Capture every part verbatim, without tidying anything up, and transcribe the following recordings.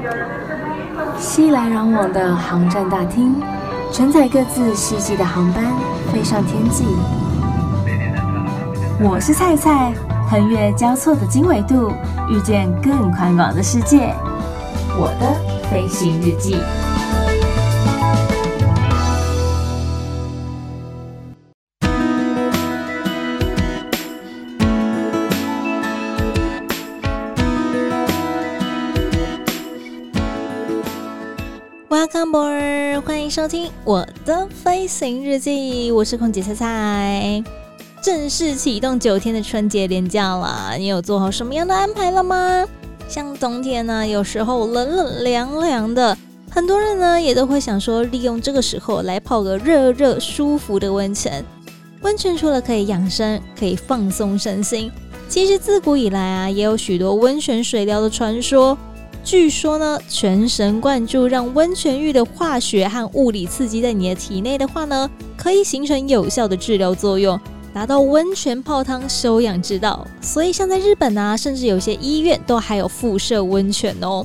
熙来攘往的航站大厅，承载各自希冀的航班飞上天际。我是菜菜，横越交错的经纬度，遇见更宽广的世界。我的飞行日记。 Welcome aboard， 欢迎收听我的飞行日记，我是空姐菜菜。正式启动九天的春节连假了，你有做好什么样的安排了吗？像冬天呢，有时候冷冷凉凉的，很多人呢也都会想说，利用这个时候来泡个热热舒服的温泉。温泉除了可以养生，可以放松身心，其实自古以来啊，也有许多温泉水疗的传说。据说呢，全神贯注让温泉浴的化学和物理刺激在你的体内的话呢，可以形成有效的治疗作用，达到温泉泡汤休养之道。所以像在日本啊，甚至有些医院都还有附设温泉哦。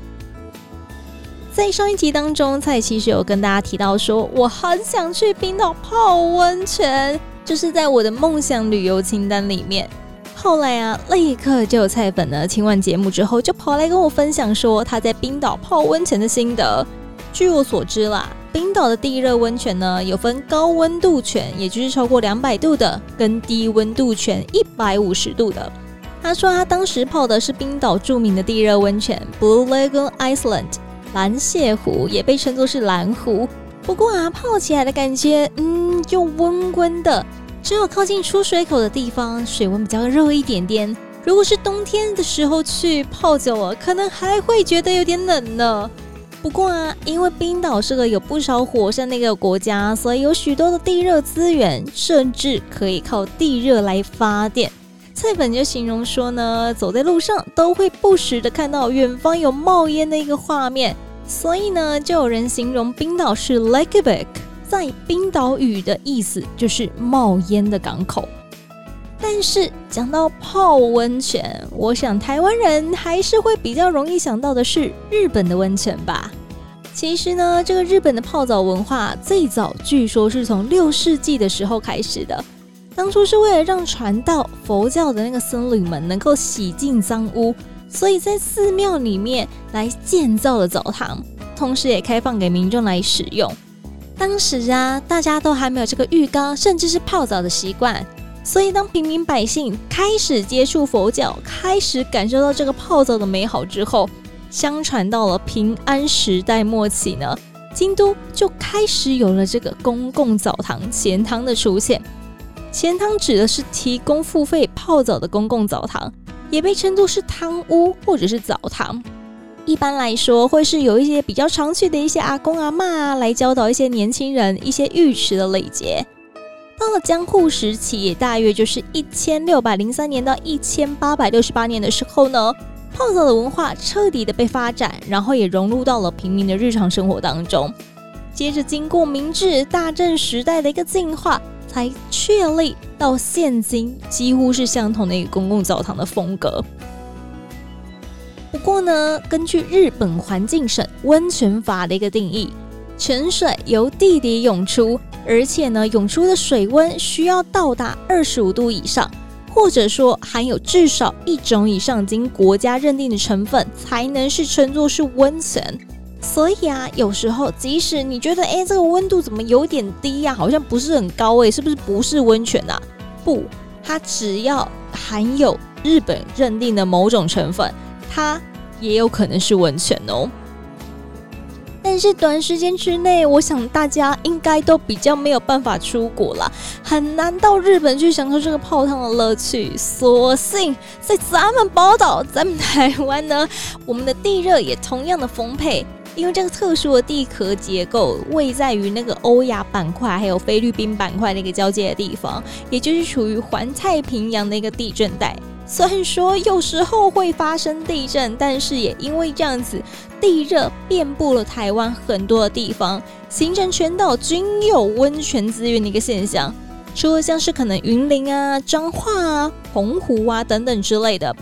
在上一集当中，蔡其实有跟大家提到说，我很想去冰岛泡温泉，就是在我的梦想旅游清单里面。后来啊，立刻就有菜粉呢听完节目之后，就跑来跟我分享说他在冰岛泡温泉的心得。据我所知啦，冰岛的地热温泉呢有分高温度泉，也就是超过两百度的，跟低温度泉一百五十度的。他说他当时泡的是冰岛著名的地热温泉 Blue Lagoon Iceland， 蓝蟹湖，也被称作是蓝湖。不过啊，泡起来的感觉嗯就温温的，只有靠近出水口的地方水温比较热一点点，如果是冬天的时候去泡久了，可能还会觉得有点冷呢。不过啊，因为冰岛是个有不少火山的一个国家，所以有许多的地热资源，甚至可以靠地热来发电。菜粉就形容说呢，走在路上都会不时的看到远方有冒烟的一个画面，所以呢，就有人形容冰岛是 Reykjavik，在冰岛语的意思就是冒烟的港口。但是讲到泡温泉，我想台湾人还是会比较容易想到的是日本的温泉吧。其实呢，这个日本的泡澡文化最早据说是从六世纪的时候开始的，当初是为了让传道佛教的那个僧侣们能够洗净脏污，所以在寺庙里面来建造了澡堂，同时也开放给民众来使用。当时啊，大家都还没有这个浴缸甚至是泡澡的习惯，所以当平民百姓开始接触佛教，开始感受到这个泡澡的美好之后，相传到了平安时代末期呢，京都就开始有了这个公共澡堂钱汤的出现。钱汤指的是提供付费泡澡的公共澡堂，也被称作是汤屋或者是澡堂。一般来说，会是有一些比较常去的一些阿公阿嬷啊，来教导一些年轻人一些浴池的礼节。到了江户时期，也大约就是一千六百零三年到一千八百六十八年的时候呢，泡澡的文化彻底的被发展，然后也融入到了平民的日常生活当中。接着经过明治、大正时代的一个进化，才确立到现今几乎是相同的一个公共澡堂的风格。不过呢，根据日本环境省温泉法的一个定义，泉水由地底涌出，而且呢，涌出的水温需要到达二十五度以上，或者说含有至少一种以上经国家认定的成分，才能是称作是温泉。所以啊，有时候即使你觉得哎，这个温度怎么有点低啊，好像不是很高哎，是不是不是温泉啊？不，它只要含有日本认定的某种成分，它也有可能是温泉哦。但是短时间之内，我想大家应该都比较没有办法出国啦，很难到日本去享受这个泡汤的乐趣。所幸在咱们宝岛，咱们台湾呢，我们的地热也同样的丰沛。因为这个特殊的地壳结构位在于那个欧亚板块还有菲律宾板块的一个交界的地方，也就是处于环太平洋的一个地震带。虽然说有时候会发生地震，但是也因为这样子，地热遍布了台湾很多的地方，形成全岛均有温泉资源的一个现象。除了像是可能云林啊、彰化啊、澎湖啊等等之类的，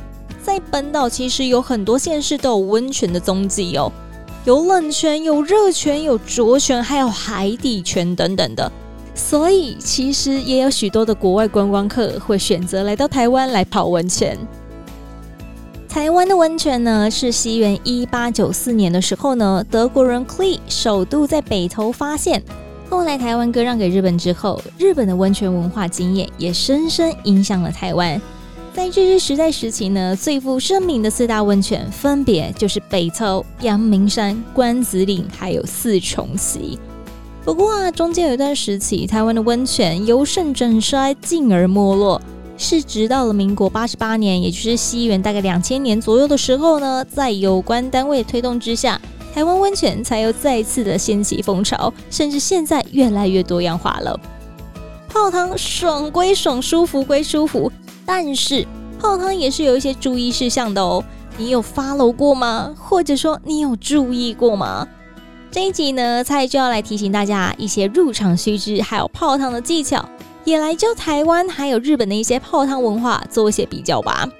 在本岛其实有很多县市都有温泉的踪迹哦，有冷泉、有热泉、有浊泉，还有海底泉等等的。所以其实也有许多的国外观光客会选择来到台湾来泡温泉。台湾的温泉呢，是西元一八九四年的时候呢，德国人 Klee 首度在北投发现。后来台湾割让给日本之后，日本的温泉文化经验也深深影响了台湾。在日治时代时期呢，最负盛名的四大温泉分别就是北投、阳明山、关子岭还有四重溪。不过啊，中间有一段时期，台湾的温泉由盛转衰，进而没落。是直到了民国八十八年，也就是西元大概两千年左右的时候呢，在有关单位推动之下，台湾温泉才又再次的掀起风潮，甚至现在越来越多样化了。泡汤爽归爽，舒服归舒服，但是泡汤也是有一些注意事项的哦。你有 follow 过吗？或者说你有注意过吗？这一集呢，蔡就要来提醒大家一些入场须知，还有泡汤的技巧，也来就台湾还有日本的一些泡汤文化做一些比较吧。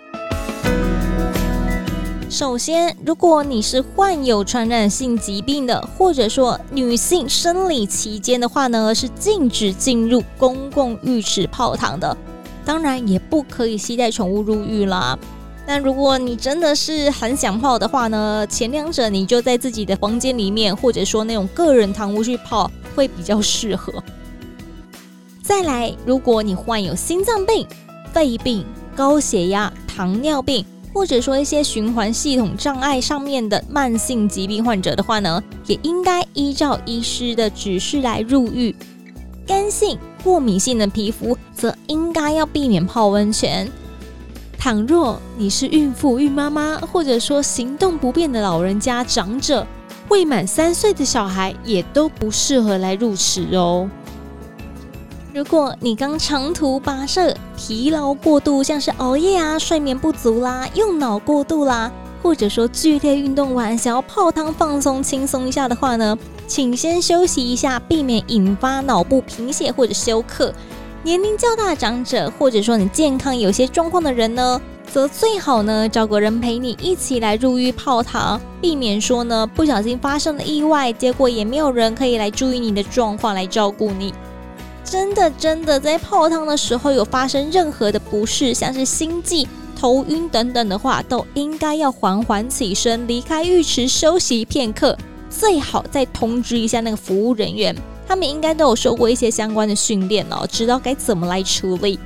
首先，如果你是患有传染性疾病的，或者说女性生理期间的话呢，是禁止进入公共浴池泡汤的，当然也不可以携带宠物入浴啦。但如果你真的是很想泡的话呢，前两者你就在自己的房间里面，或者说那种个人堂屋去泡会比较适合。再来，如果你患有心脏病、肺病、高血压、糖尿病，或者说一些循环系统障碍上面的慢性疾病患者的话呢，也应该依照医师的指示来入浴。干性、过敏性的皮肤则应该要避免泡温泉。倘若你是孕妇、孕妈妈，或者说行动不便的老人家、长者，未满三岁的小孩也都不适合来入池哦。如果你刚长途跋涉，疲劳过度，像是熬夜啊、睡眠不足啦、用脑过度啦，或者说剧烈运动完想要泡汤放松轻松一下的话呢，请先休息一下，避免引发脑部贫血或者休克。年龄较大的长者，或者说你健康有些状况的人呢，则最好呢找个人陪你一起来入浴泡汤，避免说呢不小心发生了意外，结果也没有人可以来注意你的状况来照顾你。真的真的在泡汤的时候有发生任何的不适，像是心悸、头晕等等的话，都应该要缓缓起身离开浴池休息片刻，最好再通知一下那个服务人员，他们应该都有受过一些相关的训练哦，知道该怎么来处理。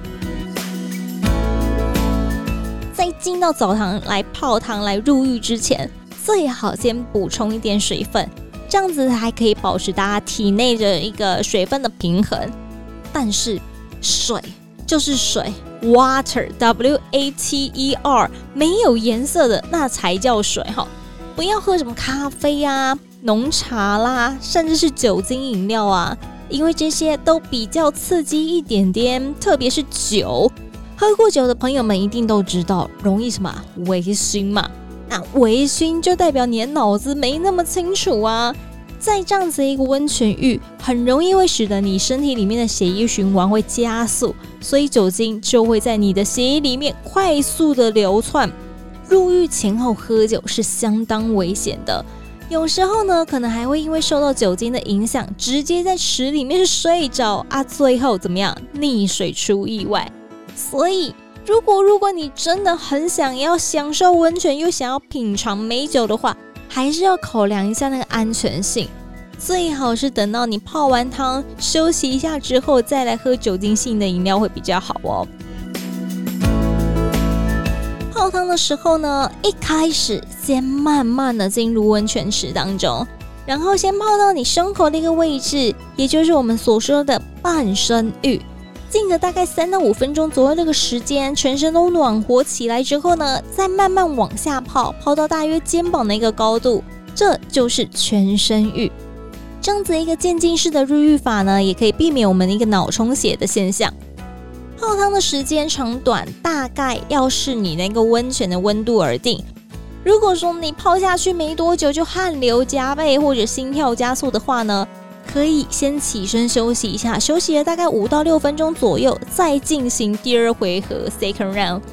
在进到澡堂来泡汤来入浴之前，最好先补充一点水分，这样子还可以保持大家体内的一个水分的平衡。但是水就是水 water W A T E R 没有颜色的那才叫水哈，不要喝什么咖啡啊、浓茶啦，甚至是酒精饮料啊，因为这些都比较刺激一点点，特别是酒。喝过酒的朋友们一定都知道，容易什么微醺嘛，那微醺就代表你的脑子没那么清楚啊。在这样子一个温泉浴，很容易会使得你身体里面的血液循环会加速，所以酒精就会在你的血液里面快速的流窜。入浴前后喝酒是相当危险的，有时候呢，可能还会因为受到酒精的影响，直接在池里面睡着啊，最后怎么样？溺水出意外。所以，如果如果你真的很想要享受温泉，又想要品尝美酒的话，还是要考量一下那个安全性，最好是等到你泡完汤休息一下之后再来喝酒精性的饮料会比较好哦。泡汤的时候呢，一开始先慢慢的进入温泉池当中，然后先泡到你胸口的一个位置，也就是我们所说的半身浴。静个大概三到五分钟左右这个时间，全身都暖和起来之后呢，再慢慢往下泡，泡到大约肩膀的一个高度，这就是全身浴。这样子一个渐进式的入浴法呢，也可以避免我们的一个脑充血的现象。泡汤的时间长短大概要视你那个温泉的温度而定。如果说你泡下去没多久就汗流浃背或者心跳加速的话呢，可以先起身休息一下，休息了大概五到六分钟左右，再进行第二回合 second round。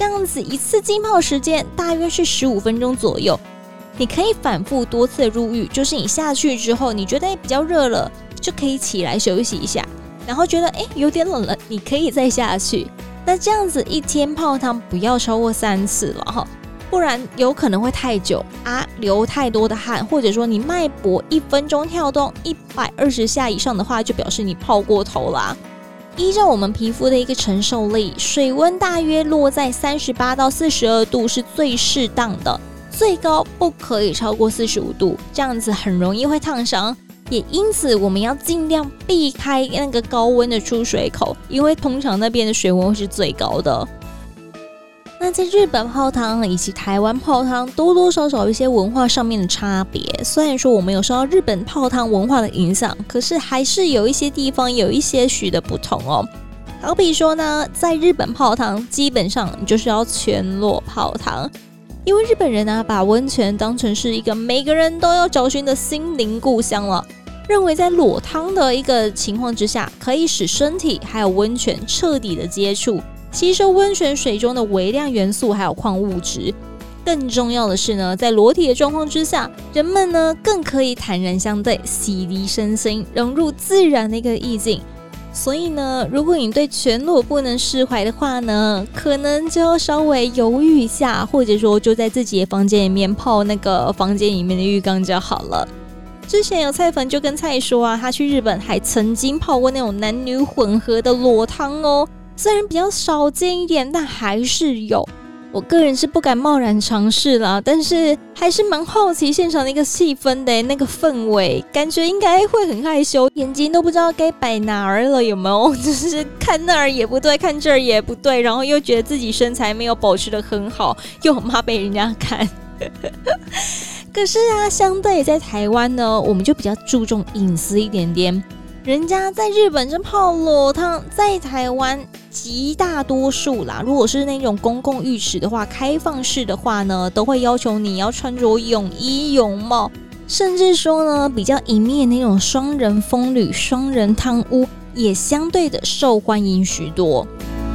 这样子一次浸泡时间大约是十五分钟左右。你可以反复多次入浴，就是你下去之后，你觉得比较热了，就可以起来休息一下，然后觉得哎有点冷了，你可以再下去。那这样子一天泡汤不要超过三次了哈，不然有可能会太久啊，流太多的汗，或者说你脉搏一分钟跳动一百二十下以上的话，就表示你泡过头啦。依照我们皮肤的一个承受力，水温大约落在三十八到四十二度是最适当的，最高不可以超过四十五度，这样子很容易会烫伤。也因此我们要尽量避开那个高温的出水口，因为通常那边的水温会是最高的。那在日本泡汤以及台湾泡汤多多少少有一些文化上面的差别，虽然说我们有受到日本泡汤文化的影响，可是还是有一些地方有一些许的不同哦。好比说呢，在日本泡汤基本上你就是要全裸泡汤，因为日本人啊把温泉当成是一个每个人都要找寻的心灵故乡了，认为在裸汤的一个情况之下，可以使身体还有温泉彻底的接触，吸收温泉水中的微量元素还有矿物质。更重要的是呢，在裸体的状况之下，人们呢更可以坦然相对，洗涤身心，融入自然的一个意境。所以呢，如果你对全裸不能释怀的话呢，可能就要稍微犹豫一下，或者说就在自己的房间里面泡那个房间里面的浴缸就好了。之前有菜粉就跟菜说啊，他去日本还曾经泡过那种男女混合的裸汤哦，虽然比较少见一点，但还是有。我个人是不敢贸然尝试啦，但是还是蛮好奇现场的一个气氛的，那个氛围感觉应该会很害羞，眼睛都不知道该摆哪儿了，有没有？就是看那儿也不对，看这儿也不对，然后又觉得自己身材没有保持得很好，又很怕被人家看。可是啊，相对在台湾呢，我们就比较注重隐私一点点。人家在日本是泡裸汤，在台湾极大多数啦，如果是那种公共浴池的话，开放式的话呢，都会要求你要穿着泳衣泳帽，甚至说呢，比较隐秘的那种双人风吕、双人汤屋，也相对的受欢迎许多。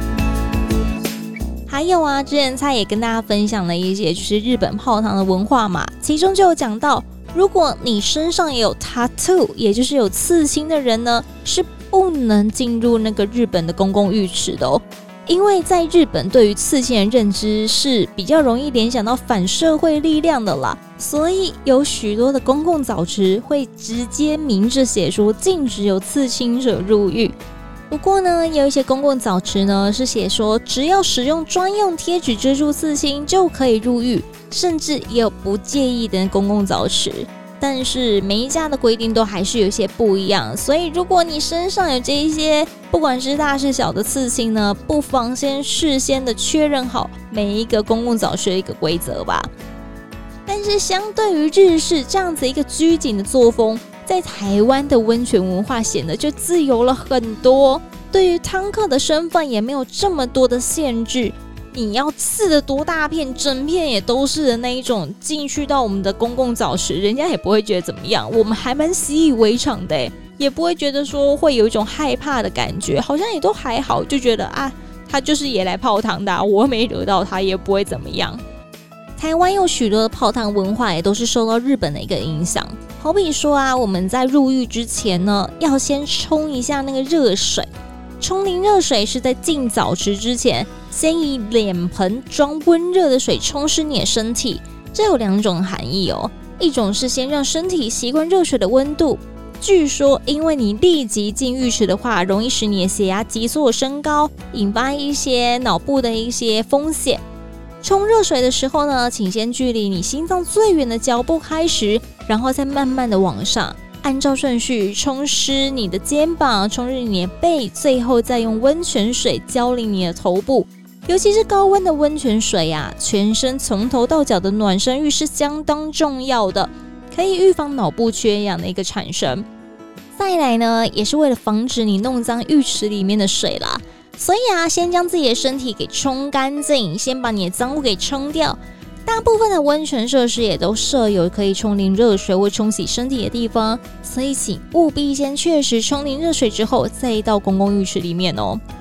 还有啊，之前蔡也跟大家分享了一些就是日本泡汤的文化嘛，其中就有讲到，如果你身上也有 tattoo， 也就是有刺青的人呢，是不能进入那个日本的公共浴池的哦。因为在日本对于刺青的认知是比较容易联想到反社会力量的啦，所以有许多的公共澡池会直接明着写说禁止有刺青者入浴。不过呢，有一些公共澡池呢是写说只要使用专用贴纸遮住刺青就可以入浴，甚至也有不介意的公共澡池。但是每一家的规定都还是有些不一样，所以如果你身上有这一些不管是大是小的刺青呢，不妨先事先的确认好每一个公共澡池的一个规则吧。但是相对于日式这样子一个拘谨的作风，在台湾的温泉文化显得就自由了很多，对于汤客的身份也没有这么多的限制，你要刺的多大片，整片也都是的那一种，进去到我们的公共澡池，人家也不会觉得怎么样，我们还蛮习以为常的，也不会觉得说会有一种害怕的感觉，好像也都还好，就觉得啊，他就是也来泡汤的、啊，我没惹到他，也不会怎么样。台湾有许多的泡汤文化也都是受到日本的一个影响，好比说啊，我们在入浴之前呢，要先冲一下那个热水。冲淋热水是在进澡池之前，先以脸盆装温热的水冲湿你的身体，这有两种含义哦。一种是先让身体习惯热水的温度，据说因为你立即进浴池的话，容易使你的血压急速升高，引发一些脑部的一些风险。冲热水的时候呢，请先距离你心脏最远的脚步开始，然后再慢慢的往上，按照顺序冲湿你的肩膀，冲湿你的背，最后再用温泉水浇淋你的头部。尤其是高温的温泉水啊，全身从头到脚的暖身浴是相当重要的，可以预防脑部缺氧的一个产生。再来呢，也是为了防止你弄脏浴池里面的水啦。所以啊，先将自己的身体给冲干净，先把你的脏物给冲掉。大部分的温泉设施也都设有可以冲淋热水或冲洗身体的地方，所以请务必先确实冲淋热水之后，再到公共浴池里面哦。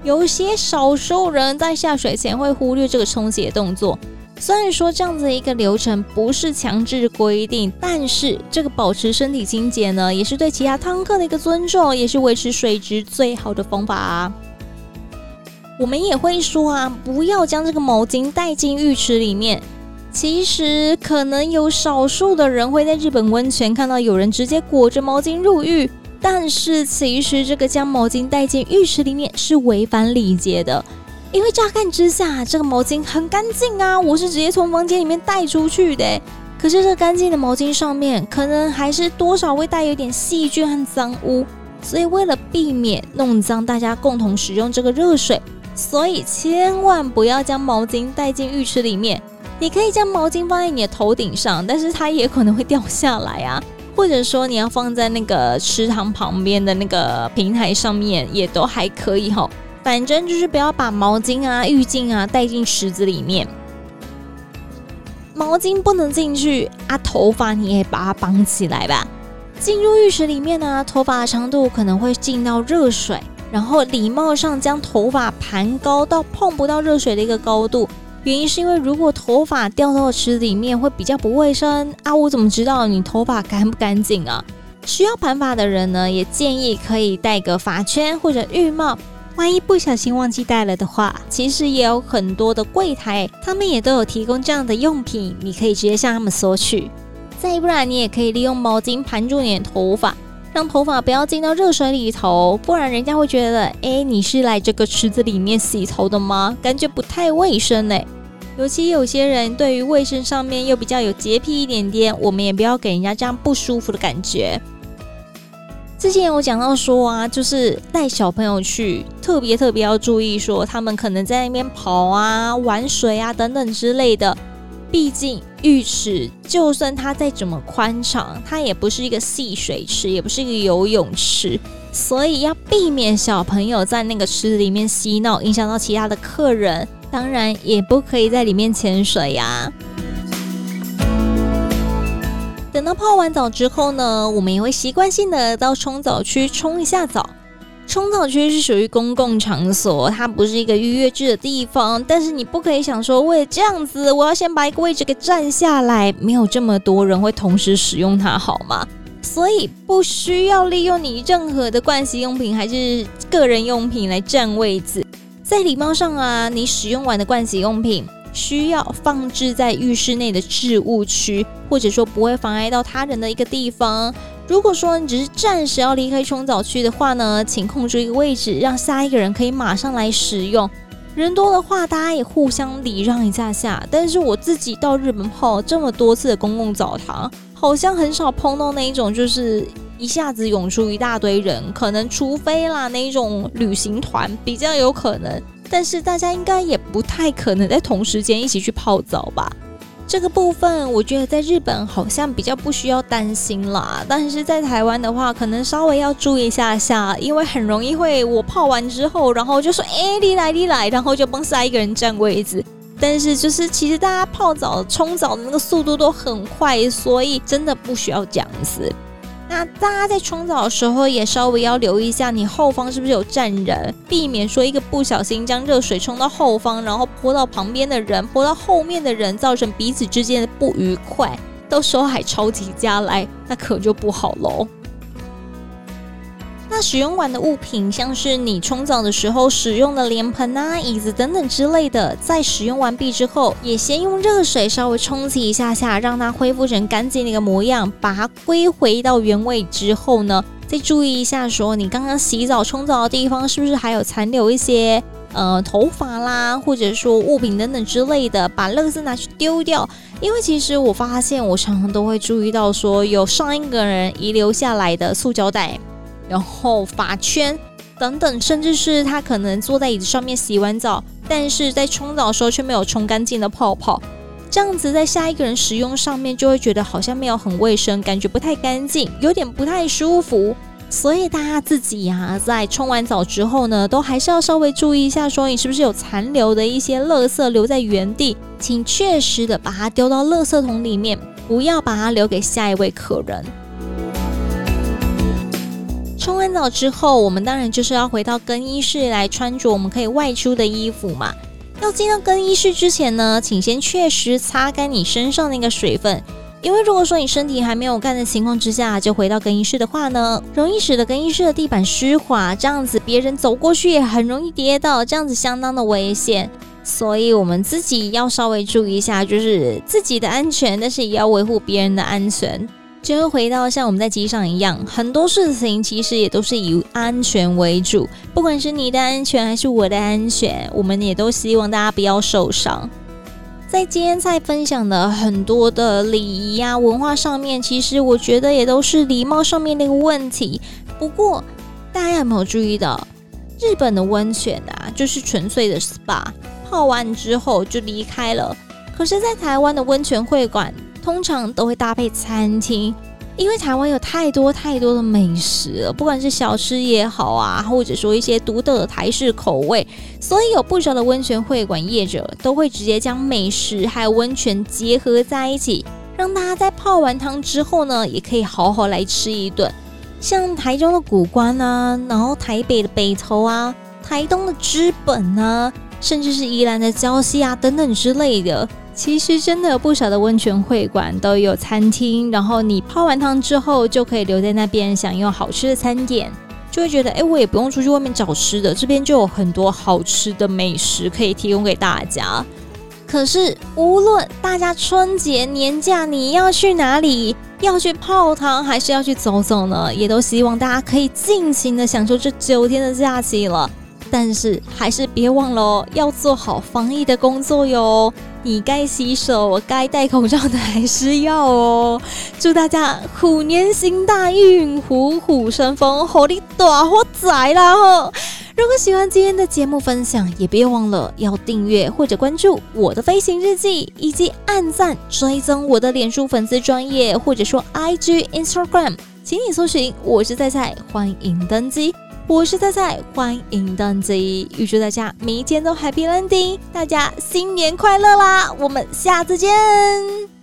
有些少数人在下水前会忽略这个冲洗的动作。虽然说这样子的一个流程不是强制规定，但是这个保持身体清洁呢，也是对其他汤客的一个尊重，也是维持水质最好的方法啊。我们也会说啊，不要将这个毛巾带进浴池里面。其实可能有少数的人会在日本温泉看到有人直接裹着毛巾入浴，但是其实这个将毛巾带进浴池里面是违反礼节的。因为乍看之下这个毛巾很干净啊，我是直接从房间里面带出去的，可是这干净的毛巾上面可能还是多少会带有点细菌和脏污，所以为了避免弄脏大家共同使用这个热水，所以千万不要将毛巾带进浴池里面。你可以将毛巾放在你的头顶上，但是它也可能会掉下来啊，或者说你要放在那个池塘旁边的那个平台上面也都还可以齁。反正就是不要把毛巾啊、浴巾啊带进池子里面。毛巾不能进去啊，头发你也把它绑起来吧。进入浴池里面呢，头发的长度可能会进到热水，然后礼貌上将头发盘高到碰不到热水的一个高度。原因是因为如果头发掉到池子里面会比较不卫生啊，我怎么知道你头发干不干净啊？需要盘发的人呢，也建议可以戴个发圈或者浴帽。万一不小心忘记带了的话，其实也有很多的柜台，他们也都有提供这样的用品，你可以直接向他们索取。再不然你也可以利用毛巾盘住你的头发，让头发不要进到热水里头，不然人家会觉得诶，你是来这个池子里面洗头的吗？感觉不太卫生耶。尤其有些人对于卫生上面又比较有洁癖一点点，我们也不要给人家这样不舒服的感觉。之前有讲到说啊，就是带小朋友去，特别特别要注意说，他们可能在那边跑啊、玩水啊等等之类的。毕竟浴池就算它再怎么宽敞，它也不是一个戏水池，也不是一个游泳池，所以要避免小朋友在那个池子里面嬉闹，影响到其他的客人。当然也不可以在里面潜水呀。等到泡完澡之后呢，我们也会习惯性的到冲澡区冲一下澡。冲澡区是属于公共场所，它不是一个预约制的地方，但是你不可以想说为了这样子我要先把一个位置给占下来，没有这么多人会同时使用它好吗？所以不需要利用你任何的盥洗用品还是个人用品来占位置。在礼貌上啊，你使用完的盥洗用品需要放置在浴室内的置物区，或者说不会妨碍到他人的一个地方。如果说你只是暂时要离开冲澡区的话呢，请空出一个位置，让下一个人可以马上来使用。人多的话，大家也互相礼让一下下。但是我自己到日本泡这么多次的公共澡堂，好像很少碰到那一种就是一下子涌出一大堆人，可能除非啦那一种旅行团比较有可能，但是大家应该也不太可能在同时间一起去泡澡吧。这个部分我觉得在日本好像比较不需要担心啦，但是在台湾的话可能稍微要注意一下下，因为很容易会我泡完之后然后就说哎你来你来，然后就帮下一个人占位置。但是就是其实大家泡澡冲澡的那个速度都很快，所以真的不需要这样子。那大家在冲澡的时候也稍微要留意一下你后方是不是有站人，避免说一个不小心将热水冲到后方，然后泼到旁边的人，泼到后面的人，造成彼此之间的不愉快，到时候还吵起架来，那可就不好咯。那使用完的物品，像是你冲澡的时候使用的脸盆啊、椅子等等之类的，在使用完毕之后，也先用热水稍微冲洗一下下，让它恢复成干净的一个模样，把它归回到原位之后呢，再注意一下说你刚刚洗澡冲澡的地方是不是还有残留一些呃头发啦，或者说物品等等之类的，把垃圾拿去丢掉。因为其实我发现我常常都会注意到说有上一个人遗留下来的塑胶袋，然后发圈等等，甚至是他可能坐在椅子上面洗完澡，但是在冲澡的时候却没有冲干净的泡泡，这样子在下一个人使用上面就会觉得好像没有很卫生，感觉不太干净，有点不太舒服。所以大家自己啊，在冲完澡之后呢，都还是要稍微注意一下说你是不是有残留的一些垃圾留在原地，请确实的把它丢到垃圾桶里面，不要把它留给下一位客人。 冲完澡之后，我们当然就是要回到更衣室来穿着我们可以外出的衣服嘛。要进到更衣室之前呢，请先确实擦干你身上那个水分，因为如果说你身体还没有干的情况之下就回到更衣室的话呢，容易使得更衣室的地板湿滑，这样子别人走过去也很容易跌倒，这样子相当的危险。所以我们自己要稍微注意一下，就是自己的安全，但是也要维护别人的安全。就回到像我们在机上一样，很多事情其实也都是以安全为主，不管是你的安全还是我的安全，我们也都希望大家不要受伤。在今天在分享的很多的礼仪啊文化上面，其实我觉得也都是礼貌上面的一个问题。不过大家有没有注意到，日本的温泉啊，就是纯粹的 S P A， 泡完之后就离开了。可是在台湾的温泉会馆通常都会搭配餐厅，因为台湾有太多太多的美食了，不管是小吃也好啊，或者说一些独特的台式口味，所以有不少的温泉会馆业者都会直接将美食还有温泉结合在一起，让大家在泡完汤之后呢，也可以好好来吃一顿。像台中的谷关啊，然后台北的北投啊，台东的知本啊，甚至是宜兰的礁溪啊等等之类的，其实真的有不少的温泉会馆都有餐厅，然后你泡完汤之后就可以留在那边享用好吃的餐点，就会觉得哎，我也不用出去外面找吃的，这边就有很多好吃的美食可以提供给大家。可是无论大家春节年假你要去哪里，要去泡汤还是要去走走呢，也都希望大家可以尽情的享受这九天的假期了。但是还是别忘了哦，要做好防疫的工作哟。你该洗手、该戴口罩的还是要哦。祝大家虎年行大运，虎虎生风，虎力大发财啦吼！如果喜欢今天的节目分享，也别忘了要订阅或者关注我的飞行日记，以及按赞追踪我的脸书粉丝专页，或者说 I G、Instagram， 请你搜寻我是菜菜，欢迎登机。我是菜菜，欢迎登机。预祝大家每一天都 Happy Landing， 大家新年快乐啦！我们下次见。